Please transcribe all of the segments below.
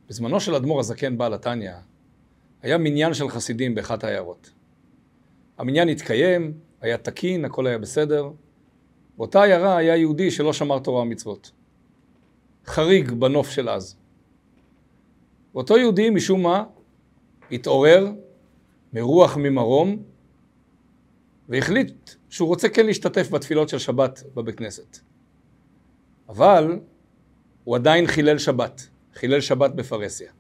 בזמנו של אדמו"ר הזקן בעל התניא, היה מניין של חסידים באחת העיירות. המניין התקיים, היה תקין, הכל היה בסדר. באותה עיירה היה יהודי שלא שמר תורה ומצוות. חריג בנוף של אז. ואותו יהודי משום מה התעורר מרוח ממרום, והחליט שהוא רוצה כן להשתתף בתפילות של שבת בבית כנסת. אבל הוא עדיין חילל שבת בפרהסיה.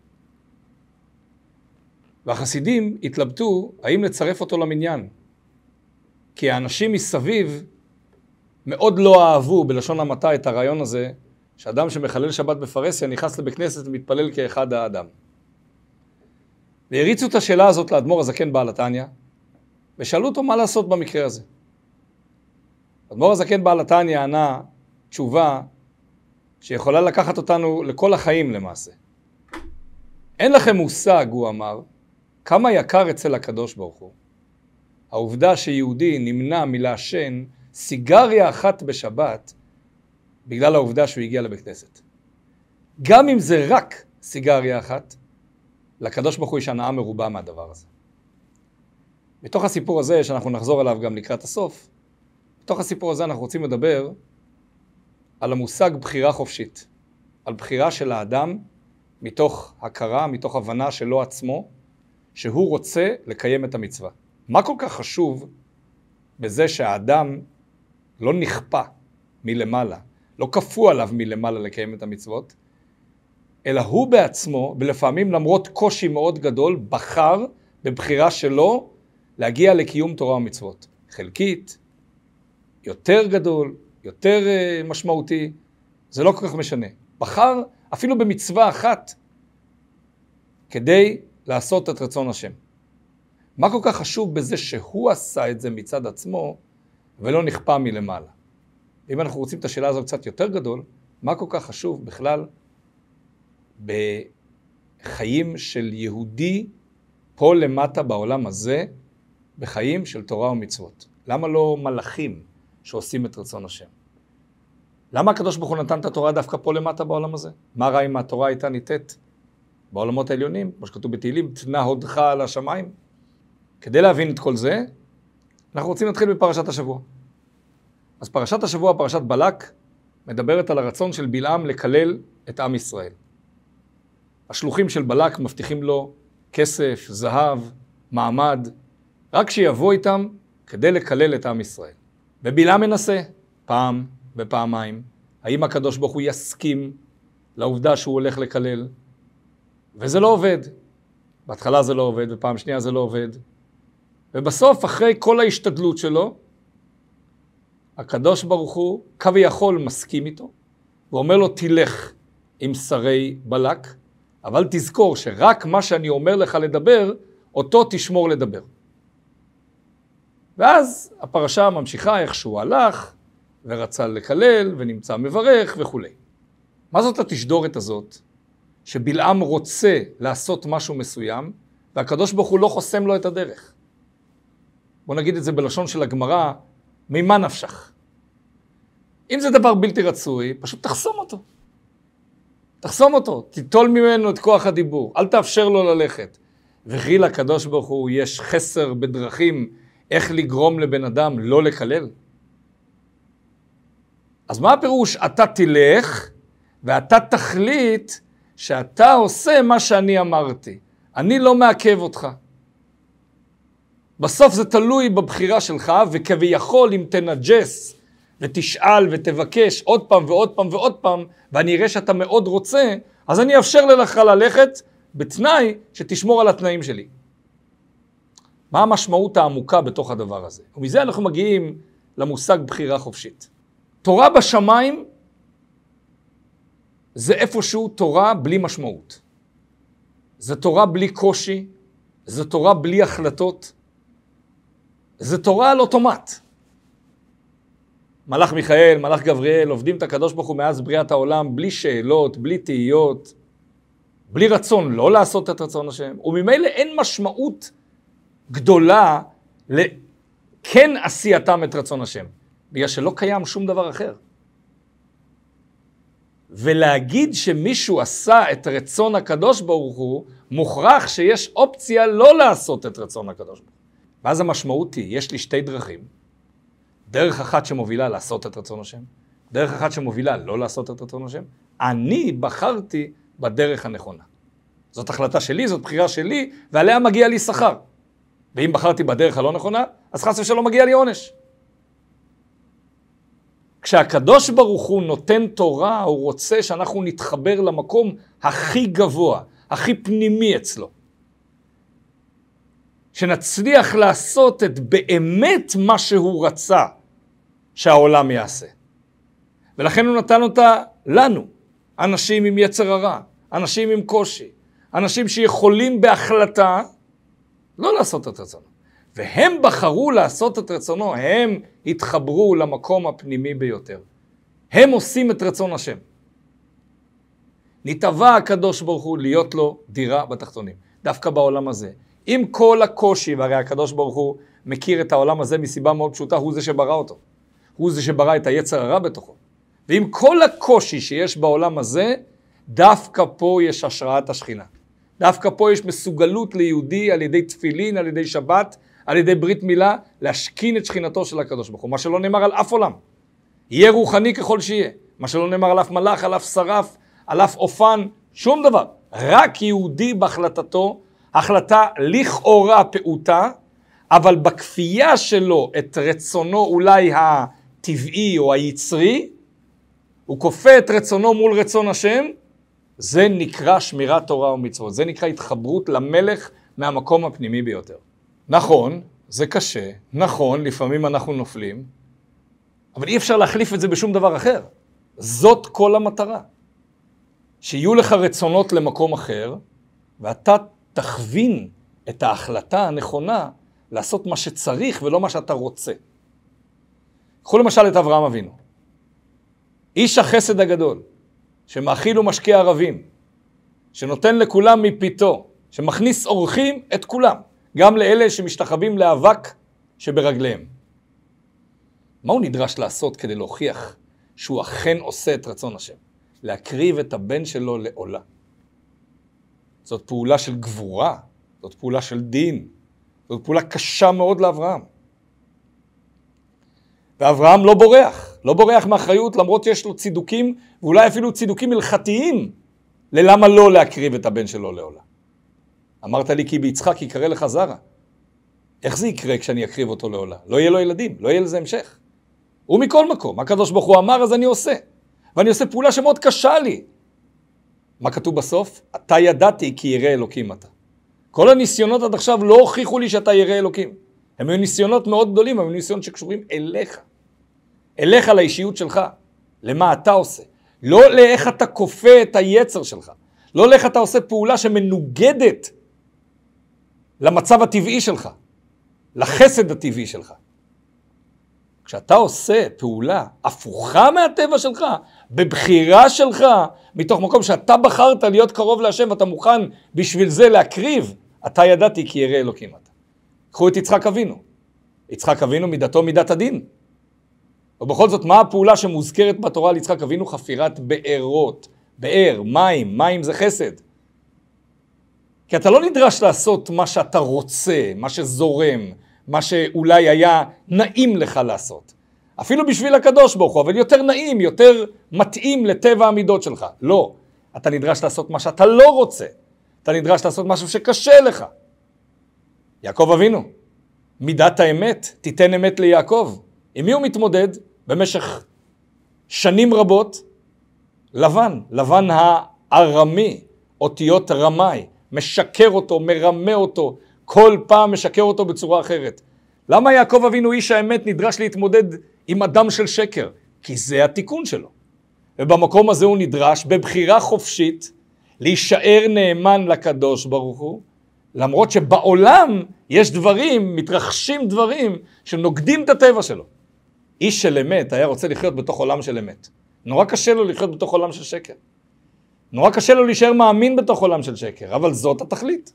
והחסידים התלבטו האם לצרף אותו למניין. כי האנשים מסביב מאוד לא אהבו בלשון המעטה את הרעיון הזה, שאדם שמחלל שבת בפרהסיה נכנס לבית כנסת ומתפלל כאחד האדם. והריצו את השאלה הזאת לאדמו"ר הזקן בעל התניא, ושאלו אותו מה לעשות במקרה הזה. אדמו"ר הזקן בעל התניא ענה תשובה שיכולה לקחת אותנו לכל החיים למעשה. אין לכם מושג, הוא אמר, כמה יקר אצל הקדוש ברוך הוא העובדה שיהודי נמנע מלעשן סיגריה אחת בשבת בגלל העובדה שהוא הגיע לבית כנסת. גם אם זה רק סיגריה אחת, לקדוש ברוך הוא יש הנאה מרובה מהדבר הזה. בתוך הסיפור הזה, שאנחנו נחזור אליו גם לקראת הסוף, בתוך הסיפור הזה אנחנו רוצים לדבר על המושג בחירה חופשית, על בחירה של האדם מתוך הכרה, מתוך הבנה שלו עצמו, שהוא רוצה לקיים את המצווה. מה כל כך חשוב בזה שהאדם לא נכפה מלמעלה, לא כפו עליו מלמעלה לקיים את המצוות, אלא הוא בעצמו, ולפעמים למרות קושי מאוד גדול, בחר בבחירה שלו להגיע לקיום תורה ומצוות. חלקית, יותר גדול, יותר משמעותי, זה לא כל כך משנה. בחר אפילו במצווה אחת כדי לעשות את רצון השם. מה כל כך חשוב בזה שהוא עשה את זה מצד עצמו ולא נכפה מלמעלה? אם אנחנו רוצים את השאלה הזו קצת יותר גדול, מה כל כך חשוב בכלל בחיים של יהודי פה למטה בעולם הזה, בחיים של תורה ומצוות? למה לא מלאכים שעושים את רצון השם? למה הקדוש ברוך הוא נתן את התורה דווקא פה למטה בעולם הזה? מה רע אם התורה הייתה ניתנת בעולמות העליונים, כמו שכתוב בתהילים, תנה הודך על השמיים? כדי להבין את כל זה, אנחנו רוצים להתחיל בפרשת השבוע. אז פרשת השבוע, פרשת בלק, מדברת על הרצון של בלעם לקלל את עם ישראל. השלוחים של בלק מבטיחים לו כסף, זהב, מעמד, רק שיבוא איתם כדי לקלל את עם ישראל. ובלעם מנסה פעם ופעמיים, האם הקדוש ברוך הוא יסכים לעובדה שהוא הולך לקלל, וזה לא עובד. בהתחלה זה לא עובד, ופעם שנייה זה לא עובד. ובסוף, אחרי כל ההשתדלות שלו, הקדוש ברוך הוא כביכול מסכים איתו, ואומר לו תלך עם שרי בלק, אבל תזכור שרק מה שאני אומר לך לדבר, אותו תשמור לדבר. ואז הפרשה ממשיכה איך שהוא הלך, ורצה לקלל, ונמצא מברך וכו'. מה זאת התשדורת הזאת? שבלעם רוצה לעשות משהו מסוים, והקדוש ברוך הוא לא חוסם לו את הדרך. בוא נגיד את זה בלשון של הגמרא, ממה נפשך? אם זה דבר בלתי רצוי, פשוט תחסום אותו. תחסום אותו, תיטול ממנו את כוח הדיבור, אל תאפשר לו ללכת. וכי לקדוש ברוך הוא יש חסר בדרכים איך לגרום לבן אדם לא לקלל? אז מה הפירוש? אתה תלך ואתה תחליט שאתה עושה מה שאני אמרתי. אני לא מעכב אותך. בסוף זה תלוי בבחירה שלך, וכביכול אם תנג'ס ותשאל ותבקש עוד פעם ועוד פעם ועוד פעם, ואני אראה שאתה מאוד רוצה, אז אני אאפשר לך ללכת בתנאי שתשמור על התנאים שלי. מה המשמעות העמוקה בתוך הדבר הזה? ומזה אנחנו מגיעים למושג בחירה חופשית. תורה בשמיים זה איפשהו תורה בלי משמעות. זה תורה בלי קושי, זה תורה בלי החלטות, זה תורה על אוטומט. מלאך מיכאל, מלאך גבריאל, עובדים את הקדוש ברוך הוא מאז בריאת העולם, בלי שאלות, בלי תהיות, בלי רצון לא לעשות את רצון השם, וממילא אין משמעות גדולה לכן עשייתם את רצון השם, בגלל שלא קיים שום דבר אחר. ולהגיד שמישהו עשה את רצון הקדוש ברוך הוא, מוכרח שיש אופציה לא לעשות את רצון הקדוש ברוך הוא. ואז המשמעות היא, יש לי שתי דרכים. דרך אחת שמובילה לעשות את רצון השם, דרך אחת שמובילה לא לעשות את רצון השם. אני בחרתי בדרך הנכונה. זאת החלטה שלי, זאת בחירה שלי, ועליה מגיע לי שכר. ואם בחרתי בדרך הלא נכונה, אז חס ושלום מגיע לי עונש. כשהקדוש ברוך הוא נותן תורה, הוא רוצה שאנחנו נתחבר למקום הכי גבוה, הכי פנימי אצלו. שנצליח לעשות את באמת מה שהוא רצה שהעולם יעשה. ולכן הוא נתן אותה לנו, אנשים עם יצר הרע, אנשים עם קושי, אנשים שיכולים בהחלטה לא לעשות את רצונו. והם בחרו לעשות את רצונו, הם התחברו למקום הפנימי ביותר. הם עושים את רצון השם. נתבע הקדוש ברוך הוא להיות לו דירה בתחתונים, דווקא בעולם הזה. עם כל הקושי, והרי הקדוש ברוך הוא מכיר את העולם הזה מסיבה מאוד פשוטה, הוא זה שברא אותו. הוא זה שברא את היצר הרע בתוכו. ועם כל הקושי שיש בעולם הזה, דווקא פה יש השראת השכינה. דווקא פה יש מסוגלות ליהודי על ידי תפילין, על ידי שבת, על ידי ברית מילה, להשכין את שכינתו של הקדוש ברוך הוא. מה שלא נאמר על אף עולם. יהיה רוחני ככל שיהיה. מה שלא נאמר על אף מלאך, על אף שרף, על אף אופן, שום דבר. רק יהודי בהחלטתו, החלטה לכאורה פעוטה, אבל בכפייה שלו את רצונו אולי הטבעי או היצרי, הוא כופה את רצונו מול רצון השם, זה נקרא שמירת תורה ומצוות. זה נקרא התחברות למלך מהמקום הפנימי ביותר. נכון, זה קשה, נכון, לפעמים אנחנו נופלים, אבל אי אפשר להחליף את זה בשום דבר אחר. זאת כל המטרה. שיהיו לך רצונות למקום אחר, ואתה תכווין את ההחלטה הנכונה לעשות מה שצריך ולא מה שאתה רוצה. קחו למשל את אברהם אבינו. איש החסד הגדול, שמאכיל ומשקיע ערבים, שנותן לכולם מפיתו, שמכניס אורחים את כולם, גם לאלה שמשתחווים לאבק שברגליהם. מה הוא נדרש לעשות כדי להוכיח שהוא אכן עושה את רצון השם? להקריב את הבן שלו לעולה. זאת פעולה של גבורה, זאת פעולה של דין, זאת פעולה קשה מאוד לאברהם. ואברהם לא בורח מאחריות, למרות שיש לו צידוקים, ואולי אפילו צידוקים הלכתיים, ללמה לא להקריב את הבן שלו לעולה. אמרת לי כי ביצחק יקרא לך זרע. איך זה יקרה כשאני אקריב אותו לעולה? לא יהיה לו ילדים, לא יהיה לזה המשך. ומכל מקום, הקדוש ברוך הוא אמר, אז אני עושה. ואני עושה פעולה שמאוד קשה לי. מה כתוב בסוף? אתה ידעתי כי ירא אלוקים אתה. כל הניסיונות עד עכשיו לא הוכיחו לי שאתה ירא אלוקים. הם היו ניסיונות מאוד גדולים, הם היו ניסיונות שקשורים אליך. אליך לאישיות שלך. למה אתה עושה. לא לאיך אתה כופה את היצר שלך. לא לאיך אתה עושה פעולה שמנוגדת למצב הטבעי שלך. לחסד הטבעי שלך. כשאתה עושה פעולה הפוכה מהטבע שלך, בבחירה שלך, מתוך מקום שאתה בחרת להיות קרוב להשם, ואתה מוכן בשביל זה להקריב, אתה ידעתי כי ירא אלוקים אתה. קחו את יצחק אבינו. יצחק אבינו מידתו מידת הדין. ובכל זאת, מה הפעולה שמוזכרת בתורה על יצחק אבינו? חפירת בארות. באר, מים, מים זה חסד. כי אתה לא נדרש לעשות מה שאתה רוצה, מה שזורם, מה שאולי היה נעים לך לעשות. אפילו בשביל הקדוש ברוך הוא, אבל יותר נעים, יותר מתאים לטבע המידות שלך. לא. אתה נדרש לעשות מה שאתה לא רוצה. אתה נדרש לעשות משהו שקשה לך. יעקב אבינו, מידת האמת, תיתן אמת ליעקב. עם מי הוא מתמודד? במשך שנים רבות, לבן הארמי, אותיות רמאי, משקר אותו, מרמה אותו, כל פעם משקר אותו בצורה אחרת. למה יעקב אבינו איש האמת נדרש להתמודד עם אדם של שקר? כי זה התיקון שלו. ובמקום הזה הוא נדרש בבחירה חופשית להישאר נאמן לקדוש ברוך הוא, למרות שבעולם יש דברים, מתרחשים דברים שנוגדים את הטבע שלו. איש של אמת היה רוצה לחיות בתוך עולם של אמת. נורא קשה לו לחיות בתוך עולם של שקר. נורא קשה לו להישאר מאמין בתוך עולם של שקר, אבל זאת התכלית.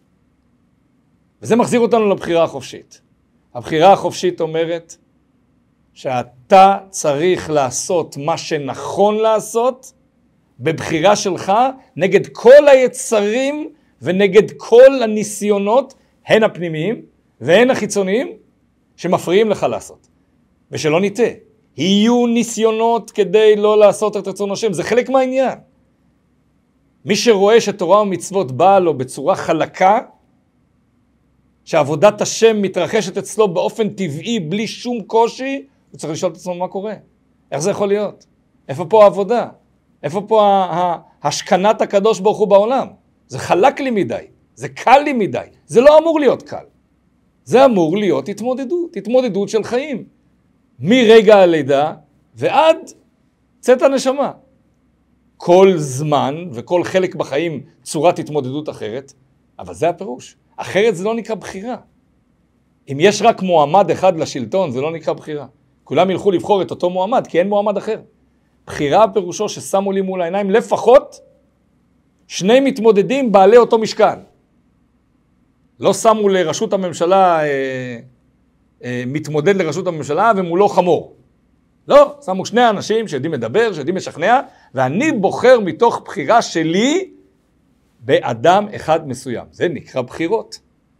וזה מחזיר אותנו לבחירה החופשית. הבחירה החופשית אומרת שאתה צריך לעשות מה שנכון לעשות, בבחירה שלך נגד כל היצרים ונגד כל הניסיונות, הן הפנימיים והן החיצוניים, שמפריעים לך לעשות. ושלא ניטה, יהיו ניסיונות כדי לא לעשות את רצון השם, זה חלק מהעניין. מי שרואה שתורה ומצוות באה לו בצורה חלקה, שעבודת השם מתרחשת אצלו באופן טבעי, בלי שום קושי, הוא צריך לשאול את עצמו מה קורה. איך זה יכול להיות? איפה פה העבודה? איפה פה השכנת הקדוש ברוך הוא בעולם? זה חלק לי מדי, זה קל לי מדי, זה לא אמור להיות קל. זה אמור להיות התמודדות של חיים. מרגע הלידה ועד צאת הנשמה. כל זמן וכל חלק בחיים צורת התמודדות אחרת, אבל זה הפירוש. אחרת זה לא נקרא בחירה. אם יש רק מועמד אחד לשלטון, זה לא נקרא בחירה. כולם ילכו לבחור את אותו מועמד, כי אין מועמד אחר. בחירה פירושו ששמו לי מול העיניים לפחות שני מתמודדים בעלי אותו משקל. לא שמו לראשות הממשלה, מתמודד לראשות הממשלה ומולו חמור. לא, שמו שני אנשים שיודעים לדבר, שיודעים לשכנע, ואני בוחר מתוך בחירה שלי באדם אחד מסוים. זה נקרא בחירות.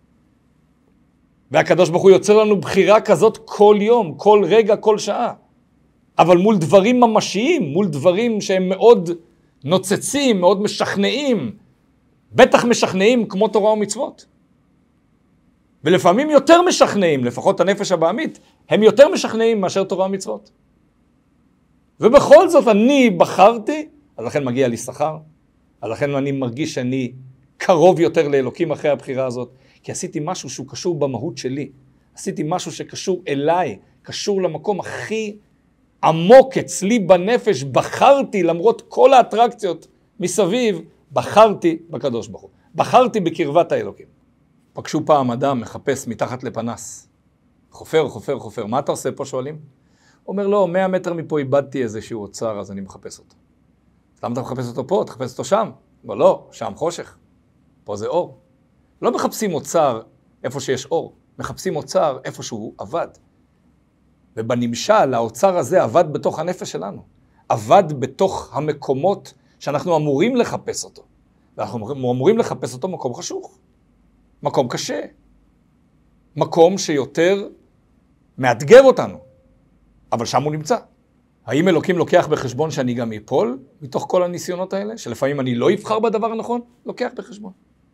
והקדוש ברוך הוא יוצר לנו בחירה כזאת כל יום, כל רגע, כל שעה. אבל מול דברים ממשיים, מול דברים שהם מאוד נוצצים, מאוד משכנעים, בטח משכנעים כמו תורה ומצוות. ולפעמים יותר משכנעים, לפחות הנפש הבעמית, הם יותר משכנעים מאשר תורה ומצוות. ובכל זאת אני בחרתי, אז לכן מגיע לי שכר, אז לכן אני מרגיש שאני קרוב יותר לאלוקים אחרי הבחירה הזאת, כי עשיתי משהו שהוא קשור במהות שלי, עשיתי משהו שקשור אליי, קשור למקום הכי עמוק אצלי בנפש, בחרתי למרות כל האטרקציות מסביב, בחרתי בקדוש ברוך הוא, בחרתי בקרבת האלוקים. פגשו פעם אדם מחפש מתחת לפנס, חופר, מה אתה עושה פה שואלים? הוא אומר לא, 100 מטר מפה איבדתי איזשהו אוצר, אז אני מחפש אותו. למה אתה מחפש אותו פה? תחפש אותו שם. אבל לא, שם חושך, פה זה אור. לא מחפשים אוצר איפה שיש אור, מחפשים אוצר איפה שהוא עבד. ובנמשל, האוצר הזה עבד בתוך הנפש שלנו, עבד בתוך המקומות שאנחנו אמורים לחפש אותו. ואנחנו אמורים לחפש אותו מקום חשוך, מקום קשה, מקום שיותר מאתגר אותנו, אבל שם הוא נמצא. האם אלוקים לוקח בחשבון שאני גם אפול מתוך כל הניסיונות האלה, שלפעמים אני לא אבחר בדבר הנכון? לוקח בחשבון.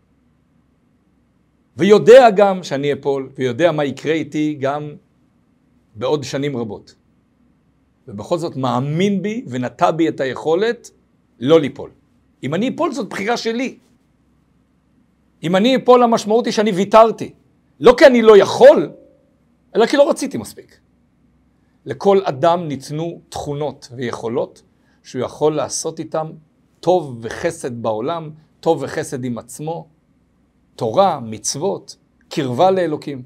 ויודע גם שאני אפול, ויודע מה יקרה איתי גם בעוד שנים רבות. ובכל זאת מאמין בי ונטע בי את היכולת לא ליפול. אם אני אפול זאת בחירה שלי. אם אני אפול המשמעות היא שאני ויתרתי. לא כי אני לא יכול, אלא כי לא רציתי מספיק. לכל אדם ניתנו תכונות ויכולות שהוא יכול לעשות איתם טוב וחסד בעולם, טוב וחסד עם עצמו, תורה, מצוות, קרבה לאלוקים.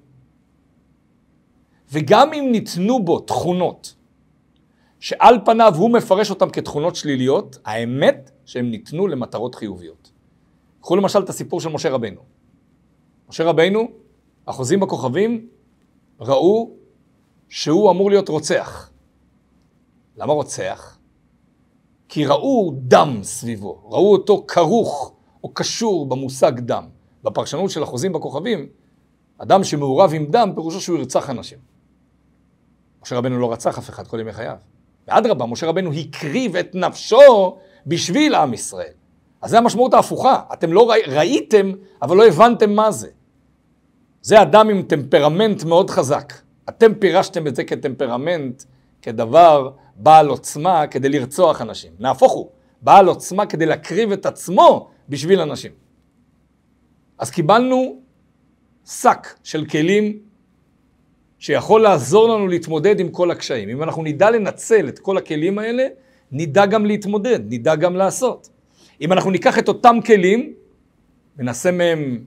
וגם אם ניתנו בו תכונות שעל פניו הוא מפרש אותם כתכונות שליליות, האמת שהם ניתנו למטרות חיוביות. קחו למשל את הסיפור של משה רבנו. משה רבנו, החוזים בכוכבים, ראו שהוא אמור להיות רוצח. למה רוצח? כי ראו דם סביבו, ראו אותו כרוך או קשור במושג דם. בפרשנות של החוזים בכוכבים, אדם שמעורב עם דם פירושו שהוא ירצח אנשים. משה רבנו לא רצח אף אחד כל ימי חייו. ואדרבה, משה רבנו הקריב את נפשו בשביל עם ישראל. אז זה המשמעות ההפוכה. אתם לא ראיתם, אבל לא הבנתם מה זה. זה אדם עם טמפרמנט מאוד חזק. אתם פירשתם את זה כטמפרמנט, כדבר בעל עוצמה כדי לרצוח אנשים. נהפוך הוא, בעל עוצמה כדי להקריב את עצמו בשביל אנשים. אז קיבלנו שק של כלים שיכול לעזור לנו להתמודד עם כל הקשיים. אם אנחנו נדע לנצל את כל הכלים האלה, נדע גם להתמודד, נדע גם לעשות. אם אנחנו ניקח את אותם כלים, ונעשה מהם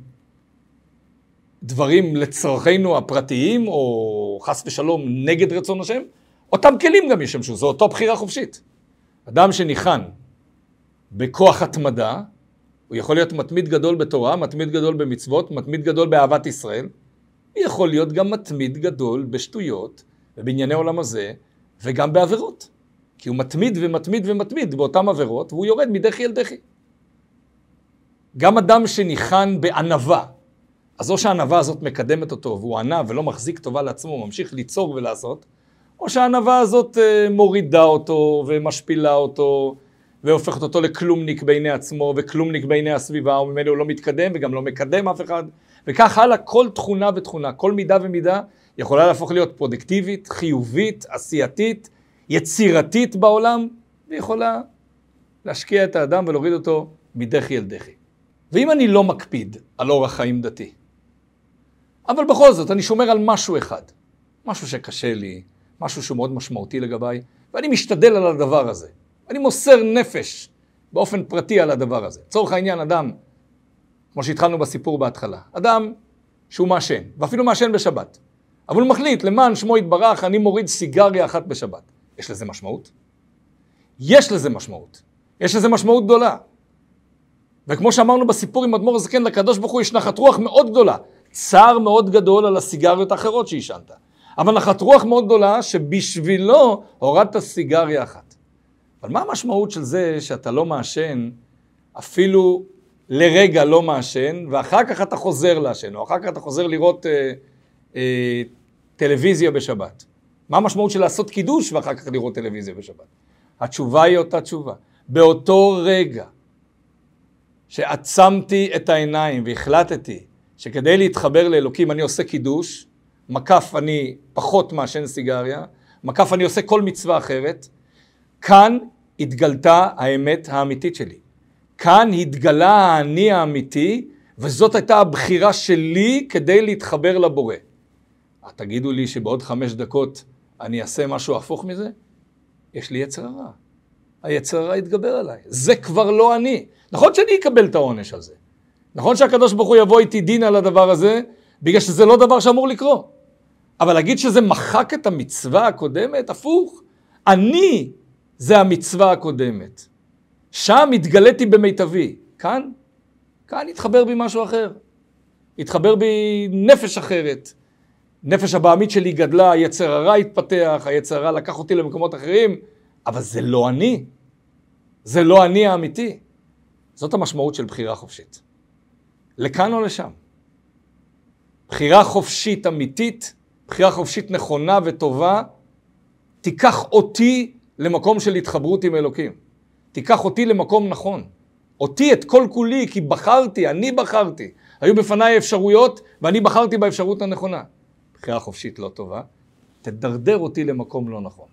דברים לצרכינו הפרטיים, או חס ושלום נגד רצון השם, אותם כלים גם ישמשו, זו אותו בחירה חופשית. אדם שניחן בכוח התמדה, הוא יכול להיות מתמיד גדול בתורה, מתמיד גדול במצוות, מתמיד גדול באהבת ישראל, הוא יכול להיות גם מתמיד גדול בשטויות, ובענייני עולם הזה, וגם בעבירות. כי כי הוא מתמיד ומתמיד ומתמיד באותם עבירות, והוא יורד מדחי אל דחי. גם אדם שניחן בענווה, אז או שהענווה הזאת מקדמת אותו, והוא ענה ולא מחזיק טובה לעצמו, הוא ממשיך ליצור ולעשות, או שהענווה הזאת מורידה אותו ומשפילה אותו, והופכת אותו לכלומניק בעיני עצמו, וכלומניק בעיני הסביבה, וממילא הוא לא מתקדם וגם לא מקדם אף אחד. וכך הלאה, כל תכונה ותכונה, כל מידה ומידה, יכולה להפוך להיות פרודקטיבית, חיובית, עשייתית, יצירתית בעולם, ויכולה להשקיע את האדם ולהוריד אותו מדחי אל דחי. ואם אני לא מקפיד על אורח חיים דתי, אבל בכל זאת אני שומר על משהו אחד, משהו שקשה לי, משהו שהוא מאוד משמעותי לגביי, ואני משתדל על הדבר הזה. אני מוסר נפש באופן פרטי על הדבר הזה. צורך העניין, אדם, כמו שהתחלנו בסיפור בהתחלה, אדם שהוא מעשן, ואפילו מעשן בשבת, אבל הוא מחליט, למען שמו יתברך, אני מוריד סיגריה אחת בשבת. יש לזה משמעות? יש לזה משמעות. יש לזה משמעות גדולה. וכמו שאמרנו בסיפור עם אדמו"ר הזקן, לקדוש ברוך הוא יש נחת רוח מאוד גדולה. צער מאוד גדול על הסיגריות האחרות שהשנת. אבל נחת רוח מאוד גדולה שבשבילו הורדת סיגריה אחת. אבל מה המשמעות של זה שאתה לא מעשן, אפילו לרגע לא מעשן, ואחר כך אתה חוזר לעשן, או אחר כך אתה חוזר לראות טלוויזיה בשבת? מה המשמעות של לעשות קידוש ואחר כך לראות טלוויזיה בשבת? התשובה היא אותה תשובה. באותו רגע שעצמתי את העיניים והחלטתי שכדי להתחבר לאלוקים אני עושה קידוש, מקף אני פחות מעשן סיגריה, מקף אני עושה כל מצווה אחרת, כאן התגלתה האמת האמיתית שלי. כאן התגלה האני האמיתי, וזאת הייתה הבחירה שלי כדי להתחבר לבורא. תגידו לי שבעוד 5 דקות אני אעשה משהו הפוך מזה? יש לי יצר הרע. היצר הרע יתגבר עליי. זה כבר לא אני. נכון שאני אקבל את העונש על זה. נכון שהקדוש ברוך הוא יבוא איתי דין על הדבר הזה, בגלל שזה לא דבר שאמור לקרות. אבל להגיד שזה מחק את המצווה הקודמת, הפוך. אני זה המצווה הקודמת. שם התגליתי במיטבי. כאן התחבר בי משהו אחר. התחבר בי נפש אחרת. נפש הבעמית שלי גדלה, היצר הרע התפתח, היצר הרע לקח אותי למקומות אחרים, אבל זה לא אני. זה לא אני האמיתי. זאת המשמעות של בחירה חופשית. לכאן או לשם. בחירה חופשית אמיתית, בחירה חופשית נכונה וטובה, תיקח אותי למקום של התחברות עם אלוקים. תיקח אותי למקום נכון. אותי את כל כולי, כי בחרתי, אני בחרתי. היו בפניי אפשרויות, ואני בחרתי באפשרות הנכונה. בחירה חופשית לא טובה, תדרדר אותי למקום לא נכון.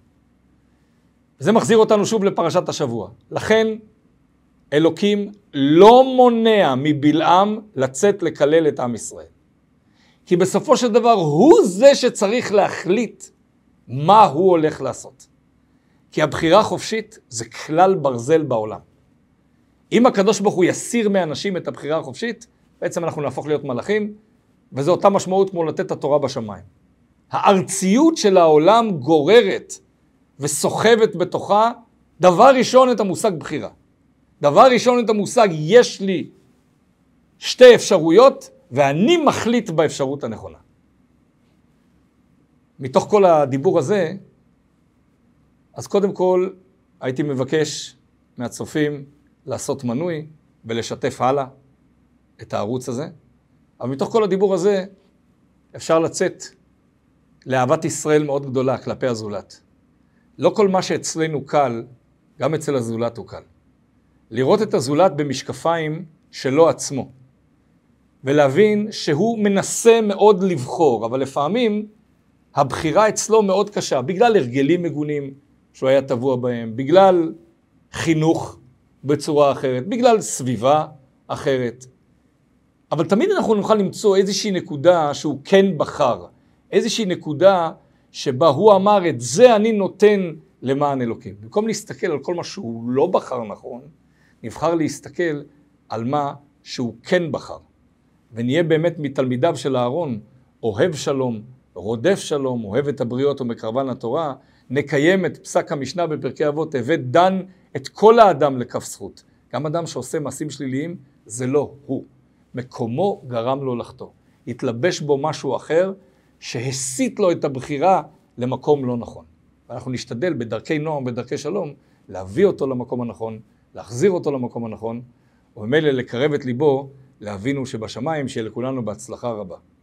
זה מחזיר אותנו שוב לפרשת השבוע. לכן, אלוקים לא מונע מבלעם לצאת לקלל את עם ישראל. כי בסופו של דבר הוא זה שצריך להחליט מה הוא הולך לעשות. כי הבחירה החופשית זה כלל ברזל בעולם. אם הקדוש ברוך הוא יסיר מאנשים את הבחירה החופשית, בעצם אנחנו נהפוך להיות מלאכים, וזו אותה משמעות כמו לתת את התורה בשמיים. הארציות של העולם גוררת וסוחבת בתוכה דבר ראשון את המושג בחירה. דבר ראשון את המושג יש לי 2 אפשרויות ואני מחליט באפשרות הנכונה. מתוך כל הדיבור הזה, אז קודם כל הייתי מבקש מהצופים לעשות מנוי ולשתף הלאה את הערוץ הזה. אבל מתוך כל הדיבור הזה אפשר לצאת לאהבת ישראל מאוד גדולה כלפי הזולת. לא כל מה שאצלנו קל, גם אצל הזולת הוא קל. לראות את הזולת במשקפיים שלו עצמו. ולהבין שהוא מנסה מאוד לבחור, אבל לפעמים הבחירה אצלו מאוד קשה, בגלל הרגלים מגונים שהוא היה טבוע בהם, בגלל חינוך בצורה אחרת, בגלל סביבה אחרת. אבל תמיד אנחנו נוכל למצוא איזושהי נקודה שהוא כן בחר, איזושהי נקודה שבה הוא אמר את זה אני נותן למען אלוקים. במקום להסתכל על כל מה שהוא לא בחר נכון, נבחר להסתכל על מה שהוא כן בחר. ונהיה באמת מתלמידיו של אהרון, אוהב שלום, רודף שלום, אוהב את הבריות ומקרבן לתורה, נקיים את פסק המשנה בפרקי אבות, הבא דן את כל האדם לכף זכות. גם אדם שעושה מעשים שליליים, זה לא הוא. מקומו גרם לו לחטוא. התלבש בו משהו אחר, שהסיט לו את הבחירה למקום לא נכון. ואנחנו נשתדל בדרכי נועם, בדרכי שלום, להביא אותו למקום הנכון, להחזיר אותו למקום הנכון, וממילא לקרב את ליבו, להבינו שבשמיים שיהיה לכולנו בהצלחה רבה.